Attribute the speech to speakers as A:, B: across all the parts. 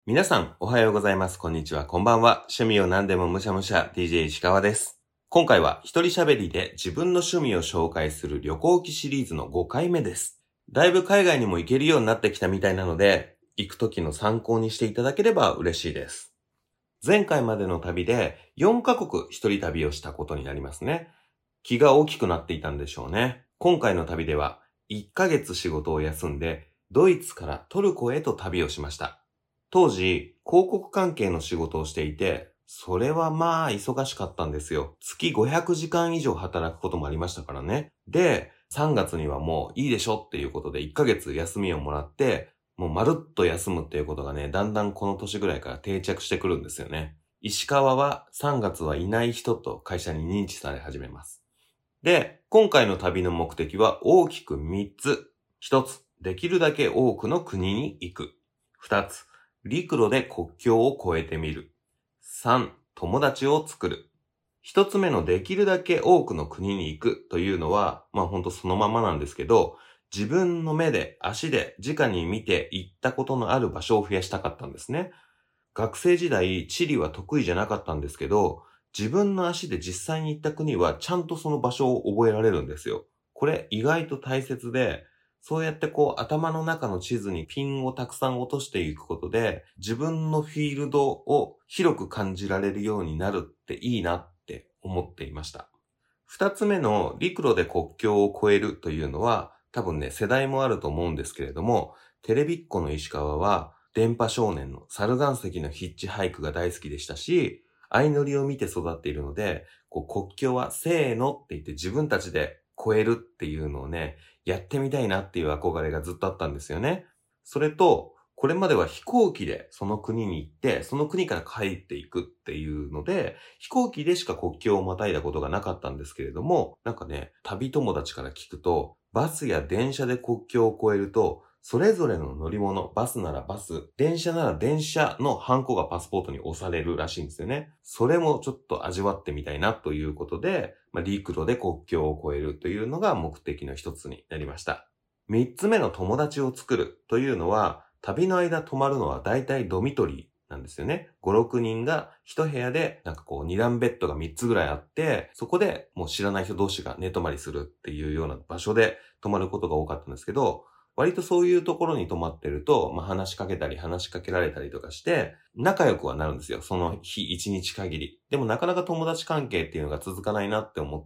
A: 皆さん、おはようございます。こんにちは、こんばんは。趣味を何でもむしゃむしゃ、DJ 石川です。今回は一人喋りで自分の趣味を紹介する旅行記シリーズの5回目です。だいぶ海外にも行けるようになってきたみたいなので、行く時の参考にしていただければ嬉しいです。前回までの旅で4カ国一人旅をしたことになりますね。気が大きくなっていたんでしょうね。今回の旅では1ヶ月仕事を休んで、ドイツからトルコへと旅をしました。当時、広告関係の仕事をしていて、それはまあ忙しかったんですよ。月500時間以上働くこともありましたからね。で、3月にはもういいでしょっていうことで1ヶ月休みをもらって、もうまるっと休むっていうことがね、だんだんこの年ぐらいから定着してくるんですよね。石川は3月はいない人と会社に認知され始めます。で、今回の旅の目的は大きく3つ。1つ、できるだけ多くの国に行く。2つ、陸路で国境を越えてみる。3、友達を作る。1つ目のできるだけ多くの国に行くというのは、まあほんとそのままなんですけど、自分の目で足で直に見て行ったことのある場所を増やしたかったんですね。学生時代、地理は得意じゃなかったんですけど、自分の足で実際に行った国はちゃんとその場所を覚えられるんですよ。これ意外と大切で、そうやって頭の中の地図にピンをたくさん落としていくことで、自分のフィールドを広く感じられるようになるっていいなって思っていました。二つ目の陸路で国境を越えるというのは、多分ね、世代もあると思うんですけれども、テレビっ子の石川は、電波少年の猿岩石のヒッチハイクが大好きでしたし、相乗りを見て育っているので、国境はせーのって言って自分たちで越えるっていうのをね、やってみたいなっていう憧れがずっとあったんですよね。それと、これまでは飛行機でその国に行って、その国から帰っていくっていうので、飛行機でしか国境をまたいだことがなかったんですけれども、なんかね、旅友達から聞くと、バスや電車で国境を越えると、それぞれの乗り物、バスならバス、電車なら電車のハンコがパスポートに押されるらしいんですよね。それもちょっと味わってみたいなということで、陸路で国境を越えるというのが目的の一つになりました。三つ目の友達を作るというのは、旅の間泊まるのは大体ドミトリーなんですよね。5、6人が一部屋で二段ベッドが3つぐらいあって、そこでもう知らない人同士が寝泊まりするっていうような場所で泊まることが多かったんですけど、割とそういうところに泊まってると、話しかけたり話しかけられたりとかして、仲良くはなるんですよ。その日一日限り。でもなかなか友達関係っていうのが続かないなって思って、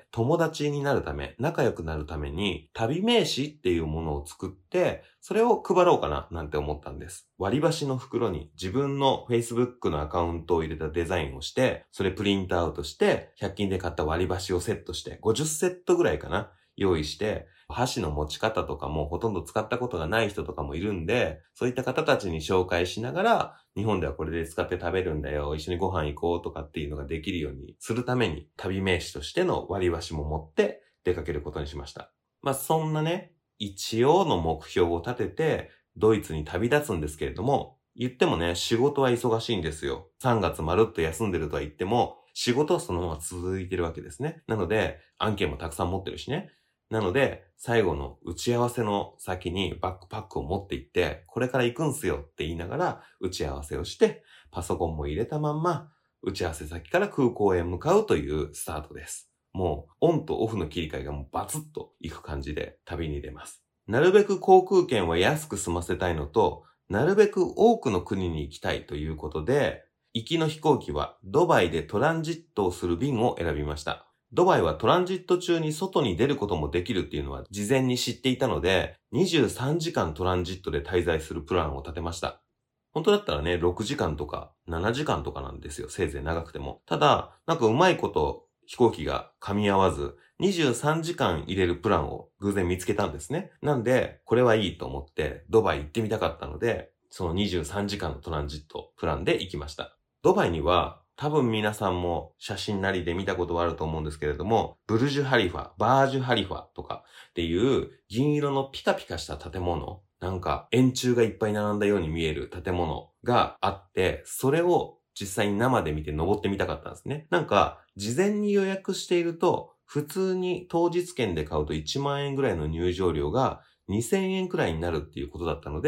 A: 友達になるため、仲良くなるために、旅名刺っていうものを作って、それを配ろうかななんて思ったんです。割り箸の袋に自分の Facebook のアカウントを入れたデザインをして、それプリントアウトして、100均で買った割り箸をセットして、50セットぐらいかな。用意して、箸の持ち方とかもほとんど使ったことがない人とかもいるんで、そういった方たちに紹介しながら、日本ではこれで使って食べるんだよ、一緒にご飯行こうとかっていうのができるようにするために、旅名刺としての割り箸も持って出かけることにしました。そんなね、一応の目標を立てて、ドイツに旅立つんですけれども、言ってもね、仕事は忙しいんですよ。3月まるっと休んでるとは言っても、仕事はそのまま続いてるわけですね。なので、案件もたくさん持ってるしね。なので、最後の打ち合わせの先にバックパックを持って行って、これから行くんすよって言いながら打ち合わせをして、パソコンも入れたまんま、打ち合わせ先から空港へ向かうというスタートです。もう、オンとオフの切り替えがもうバツッと行く感じで旅に出ます。なるべく航空券は安く済ませたいのと、なるべく多くの国に行きたいということで、行きの飛行機はドバイでトランジットをする便を選びました。ドバイはトランジット中に外に出ることもできるっていうのは事前に知っていたので、23時間トランジットで滞在するプランを立てました。本当だったらね、6時間とか7時間とかなんですよ。せいぜい長くても。ただ、うまいこと飛行機が噛み合わず、23時間入れるプランを偶然見つけたんですね。なんで、これはいいと思ってドバイ行ってみたかったので、その23時間のトランジットプランで行きました。ドバイには多分皆さんも写真なりで見たことはあると思うんですけれども、ブルジュハリファ、バージュハリファとかっていう銀色のピカピカした建物、円柱がいっぱい並んだように見える建物があって、それを実際に生で見て登ってみたかったんですね。事前に予約していると、普通に当日券で買うと1万円ぐらいの入場料が2000円くらいになるっていうことだったので、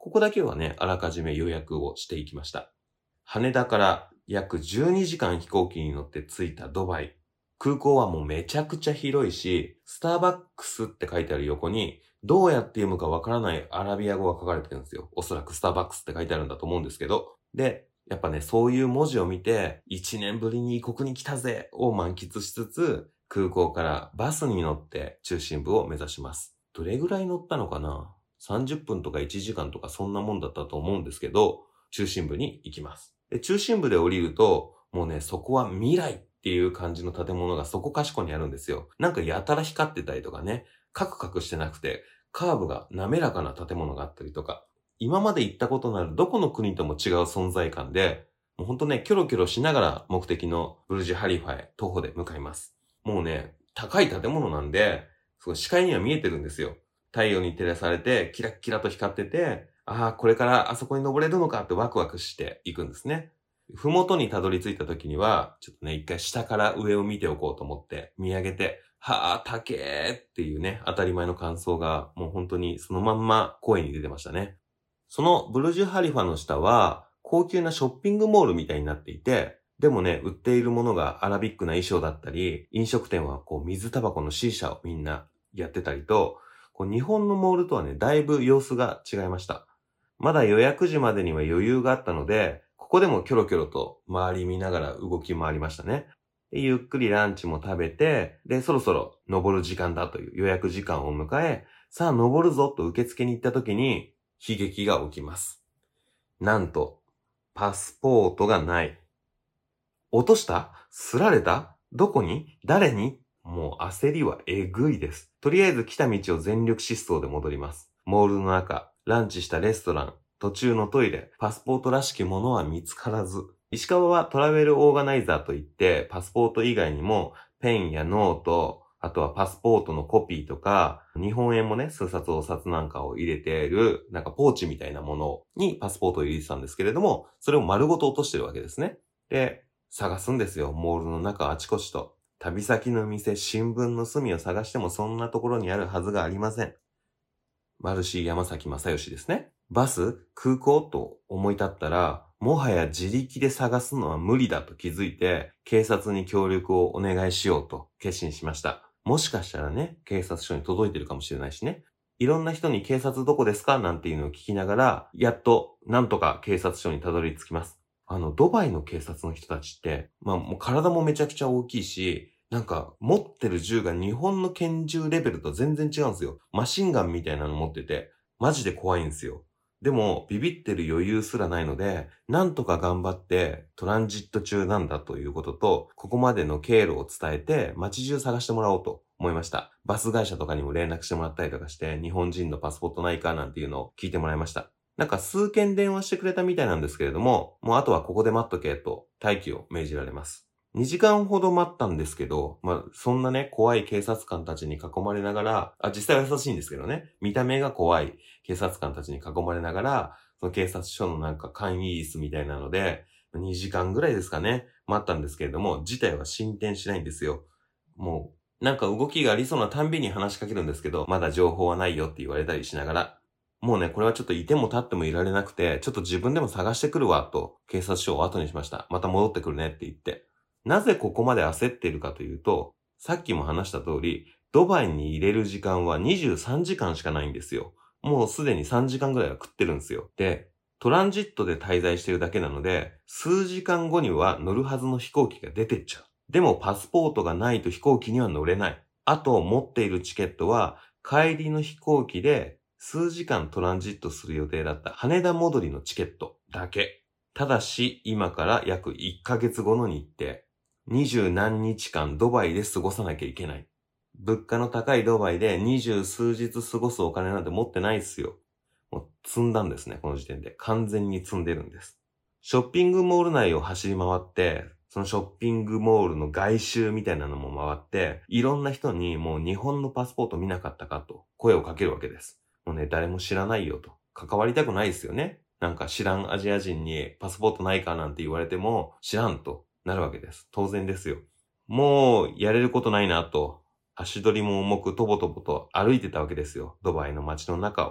A: ここだけはね、あらかじめ予約をしていきました。羽田から約12時間飛行機に乗って着いたドバイ。空港はもうめちゃくちゃ広いし、スターバックスって書いてある横に、どうやって読むかわからないアラビア語が書かれてるんですよ。おそらくスターバックスって書いてあるんだと思うんですけど。で、やっぱね、そういう文字を見て、1年ぶりに異国に来たぜを満喫しつつ、空港からバスに乗って中心部を目指します。どれぐらい乗ったのかな ?30 分とか1時間とかそんなもんだったと思うんですけど、中心部に行きます。で、中心部で降りると、もうね、そこは未来っていう感じの建物がそこかしこにあるんですよ。なんかやたら光ってたりとかね、カクカクしてなくて、カーブが滑らかな建物があったりとか、今まで行ったことのあるどこの国とも違う存在感で、もうほんとね、キョロキョロしながら目的のブルジュハリファへ徒歩で向かいます。もうね、高い建物なんで、すごい視界には見えてるんですよ。太陽に照らされて、キラッキラと光ってて、ああ、これからあそこに登れるのかってワクワクしていくんですね。ふもとにたどり着いた時には、ちょっとね、一回下から上を見ておこうと思って見上げて、はあ、高えっていうね、当たり前の感想がもう本当にそのまんま声に出てましたね。そのブルジュハリファの下は高級なショッピングモールみたいになっていて、でもね、売っているものがアラビックな衣装だったり、飲食店はこう水タバコの C 社をみんなやってたりと、こう日本のモールとはね、だいぶ様子が違いました。まだ予約時までには余裕があったので、ここでもキョロキョロと周り見ながら動き回りましたね。で、ゆっくりランチも食べて、で、そろそろ登る時間だという予約時間を迎え、さあ登るぞと受付に行った時に悲劇が起きます。なんと、パスポートがない。落とした？すられた？どこに？誰に？もう焦りはえぐいです。とりあえず来た道を全力疾走で戻ります。モールの中、ランチしたレストラン、途中のトイレ、パスポートらしきものは見つからず。石川はトラベルオーガナイザーといって、パスポート以外にもペンやノート、あとはパスポートのコピーとか、日本円もね、数冊お札なんかを入れている、なんかポーチみたいなものにパスポートを入れてたんですけれども、それを丸ごと落としてるわけですね。で、探すんですよ。モールの中あちこちと。旅先の店、新聞の隅を探してもそんなところにあるはずがありません。マルシー山崎正義ですね。バス？空港？と思い立ったら、もはや自力で探すのは無理だと気づいて、警察に協力をお願いしようと決心しました。もしかしたらね、警察署に届いてるかもしれないしね。いろんな人に警察どこですかなんていうのを聞きながら、やっとなんとか警察署にたどり着きます。ドバイの警察の人たちって、もう体もめちゃくちゃ大きいし、なんか持ってる銃が日本の拳銃レベルと全然違うんですよ。マシンガンみたいなの持ってて、マジで怖いんですよ。でも、ビビってる余裕すらないので、なんとか頑張ってトランジット中なんだということと、ここまでの経路を伝えて街中探してもらおうと思いました。バス会社とかにも連絡してもらったりとかして、日本人のパスポートないかなんていうのを聞いてもらいました。なんか数件電話してくれたみたいなんですけれども、もうあとはここで待っとけと待機を命じられます。2時間ほど待ったんですけど、そんなね、怖い警察官たちに囲まれながら、実際は優しいんですけどね、見た目が怖い警察官たちに囲まれながら、その警察署のなんか簡易椅子みたいなので、2時間ぐらいですかね、待ったんですけれども、事態は進展しないんですよ。もう、なんか動きがありそうなたんびに話しかけるんですけど、まだ情報はないよって言われたりしながら、もうね、これはちょっといても立ってもいられなくて、ちょっと自分でも探してくるわ、と警察署を後にしました。また戻ってくるねって言って。なぜここまで焦っているかというと、さっきも話した通り、ドバイに入れる時間は23時間しかないんですよ。もうすでに3時間ぐらいは食ってるんですよ。で、トランジットで滞在してるだけなので、数時間後には乗るはずの飛行機が出てっちゃう。でもパスポートがないと飛行機には乗れない。あと持っているチケットは帰りの飛行機で数時間トランジットする予定だった羽田戻りのチケットだけ。ただし今から約1ヶ月後の日程。20何日間ドバイで過ごさなきゃいけない。物価の高いドバイで20数日過ごすお金なんて持ってないっすよ。もう積んだんですね、この時点で。完全に積んでるんです。ショッピングモール内を走り回って、そのショッピングモールの外周みたいなのも回って、いろんな人にもう日本のパスポート見なかったかと声をかけるわけです。もうね、誰も知らないよと。関わりたくないですよね。なんか知らんアジア人にパスポートないかなんて言われても知らんとなるわけです。当然ですよ。もうやれることないなと、足取りも重くとぼとぼと歩いてたわけですよ。ドバイの街の中を。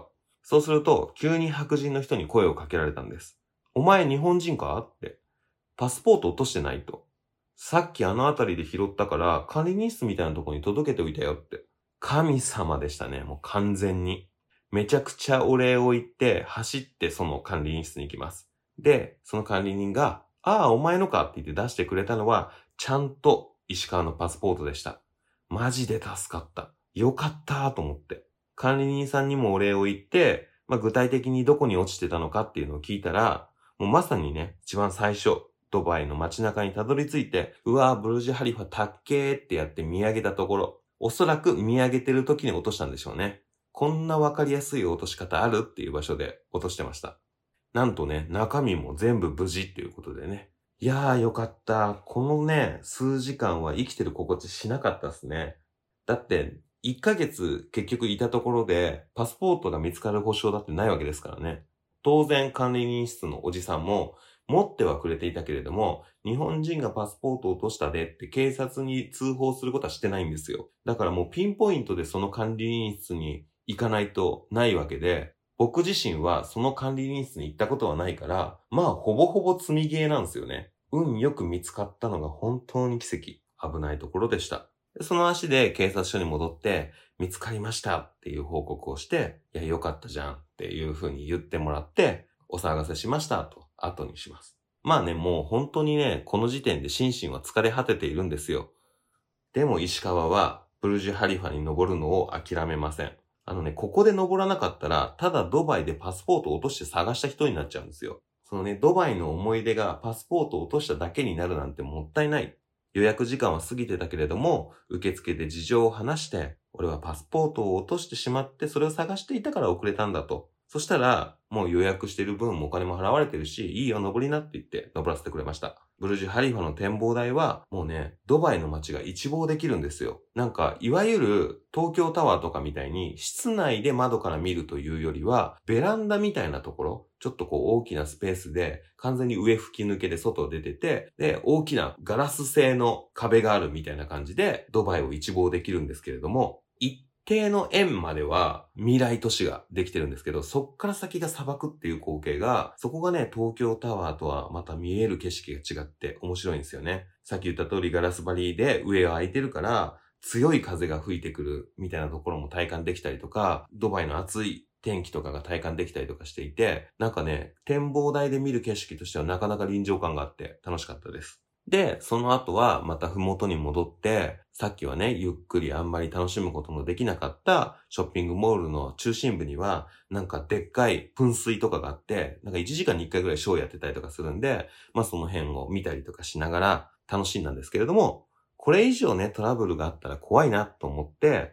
A: そうすると、急に白人の人に声をかけられたんです。お前日本人かって。パスポート落としてないと。さっきあの辺りで拾ったから管理人室みたいなところに届けておいたよって。神様でしたね。もう完全に。めちゃくちゃお礼を言って走ってその管理人室に行きます。で、その管理人が、ああ、お前のかって言って出してくれたのは、ちゃんと石川のパスポートでした。マジで助かった。よかったと思って。管理人さんにもお礼を言って、具体的にどこに落ちてたのかっていうのを聞いたら、もうまさにね、一番最初、ドバイの街中にたどり着いて、うわー、ブルジュハリファたっけーってやって見上げたところ、おそらく見上げてる時に落としたんでしょうね。こんなわかりやすい落とし方あるっていう場所で落としてました。なんとね、中身も全部無事っていうことでね。いやーよかった。このね、数時間は生きてる心地しなかったですね。だって、1ヶ月結局いたところで、パスポートが見つかる保証だってないわけですからね。当然管理人室のおじさんも、持ってはくれていたけれども、日本人がパスポートを落としたでって警察に通報することはしてないんですよ。だからもうピンポイントでその管理人室に行かないとないわけで、僕自身はその管理人室に行ったことはないから、ほぼほぼ積みゲーなんですよね。運よく見つかったのが本当に奇跡。危ないところでした。その足で警察署に戻って、見つかりましたっていう報告をして、いや、よかったじゃんっていう風に言ってもらって、お騒がせしましたと後にします。もう本当にね、この時点で心身は疲れ果てているんですよ。でも石川はブルジュハリファに登るのを諦めません。ここで登らなかったら、ただドバイでパスポートを落として探した人になっちゃうんですよ。そのね、ドバイの思い出がパスポートを落としただけになるなんてもったいない。予約時間は過ぎてたけれども、受付で事情を話して、俺はパスポートを落としてしまってそれを探していたから遅れたんだと。そしたら、もう予約してる分もお金も払われてるし、いいよ登りなって言って登らせてくれました。ブルジュハリファの展望台は、もうね、ドバイの街が一望できるんですよ。いわゆる東京タワーとかみたいに、室内で窓から見るというよりは、ベランダみたいなところ、ちょっと大きなスペースで、完全に上吹き抜けで外出てて、で、大きなガラス製の壁があるみたいな感じで、ドバイを一望できるんですけれども、一定の円までは未来都市ができてるんですけど、そっから先が砂漠っていう光景が、そこがね、東京タワーとはまた見える景色が違って面白いんですよね。さっき言った通りガラス張りで上が開いてるから、強い風が吹いてくるみたいなところも体感できたりとか、ドバイの暑い天気とかが体感できたりとかしていて、展望台で見る景色としてはなかなか臨場感があって楽しかったです。で、その後はまた麓に戻って、さっきはね、ゆっくりあんまり楽しむことのできなかったショッピングモールの中心部には、でっかい噴水とかがあって、1時間に1回ぐらいショーやってたりとかするんで、その辺を見たりとかしながら楽しんだんですけれども、これ以上ね、トラブルがあったら怖いなと思って、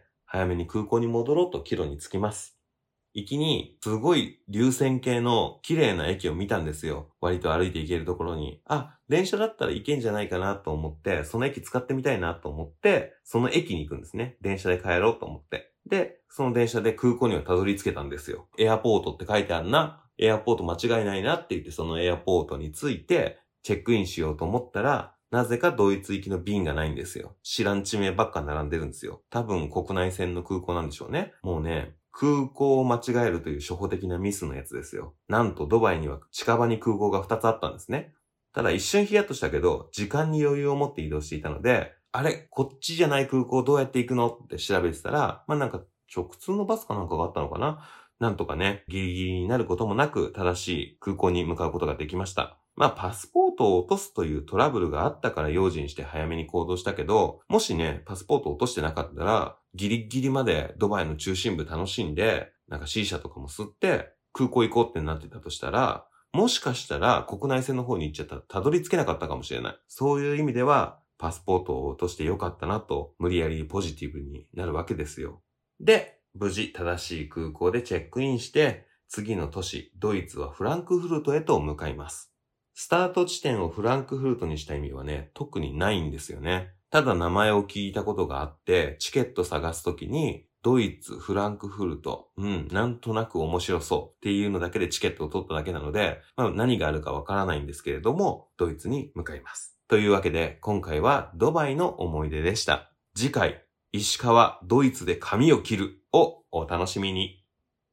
A: 早めに空港に戻ろうと帰路に着きます。行きに、すごい流線形の綺麗な駅を見たんですよ。割と歩いて行けるところに。電車だったら行けんじゃないかなと思って、その駅使ってみたいなと思って、その駅に行くんですね。電車で帰ろうと思って。で、その電車で空港にはたどり着けたんですよ。エアポートって書いてあるな。エアポート間違いないなって言って、そのエアポートに着いて、チェックインしようと思ったら、なぜかドイツ行きの便がないんですよ。知らん地名ばっか並んでるんですよ。多分国内線の空港なんでしょうね。もうね、空港を間違えるという初歩的なミスのやつですよ。なんとドバイには近場に空港が2つあったんですね。ただ一瞬ヒヤッとしたけど、時間に余裕を持って移動していたので、あれこっちじゃない空港どうやって行くのって調べてたら、直通のバスかなんかがあったのかな。なんとかね、ギリギリになることもなく正しい空港に向かうことができました。パスポートを落とすというトラブルがあったから用心して早めに行動したけど、もしね、パスポートを落としてなかったら、ギリギリまでドバイの中心部楽しんで、シーシャとかも吸って空港行こうってなってたとしたら、もしかしたら国内線の方に行っちゃったらたどり着けなかったかもしれない。そういう意味では、パスポートを落としてよかったなと、無理やりポジティブになるわけですよ。で、無事正しい空港でチェックインして、次の都市、ドイツはフランクフルトへと向かいます。スタート地点をフランクフルトにした意味はね、特にないんですよね。ただ名前を聞いたことがあって、チケット探すときに、ドイツ、フランクフルト、なんとなく面白そうっていうのだけでチケットを取っただけなので、何があるかわからないんですけれども、ドイツに向かいます。というわけで、今回はドバイの思い出でした。次回、石川、ドイツで髪を切るをお楽しみに。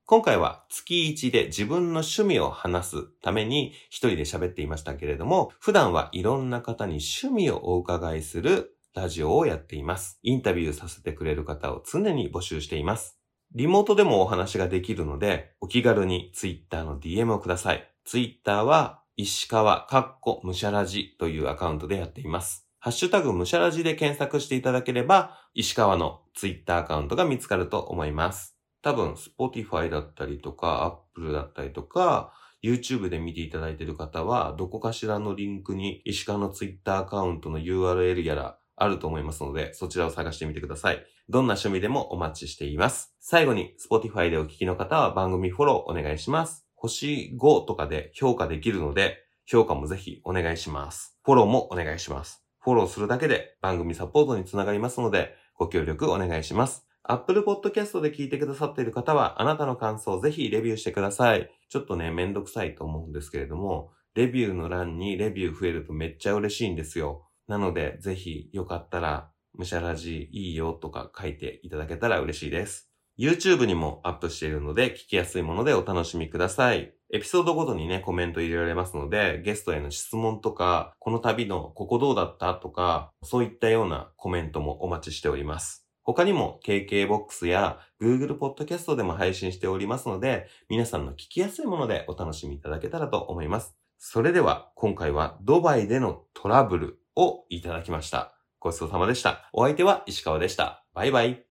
A: 今回は月1で自分の趣味を話すために一人で喋っていましたけれども、普段はいろんな方に趣味をお伺いするラジオをやっています。インタビューさせてくれる方を常に募集しています。リモートでもお話ができるので、お気軽に Twitter の DM をください。Twitter は石川むしゃらじというアカウントでやっています。ハッシュタグむしゃらじで検索していただければ、石川の Twitter アカウントが見つかると思います。多分、Spotify だったりとか、Apple だったりとか、YouTube で見ていただいている方は、どこかしらのリンクに石川の Twitter アカウントの URL やらあると思いますので、そちらを探してみてください。どんな趣味でもお待ちしています。最後に、Spotify でお聞きの方は番組フォローお願いします。星5とかで評価できるので、評価もぜひお願いします。フォローもお願いします。フォローするだけで番組サポートにつながりますので、ご協力お願いします。Apple Podcast で聞いてくださっている方は、あなたの感想をぜひレビューしてください。ちょっとね、めんどくさいと思うんですけれども、レビューの欄にレビュー増えるとめっちゃ嬉しいんですよ。なので、ぜひよかったら、むしゃらじいいよとか書いていただけたら嬉しいです。YouTube にもアップしているので、聞きやすいものでお楽しみください。エピソードごとにね、コメント入れられますので、ゲストへの質問とか、この旅のここどうだったとか、そういったようなコメントもお待ちしております。他にも KKBOX や Google Podcast でも配信しておりますので、皆さんの聞きやすいものでお楽しみいただけたらと思います。それでは、今回はドバイでのトラブルをいただきました。ごちそうさまでした。お相手は石川でした。バイバイ。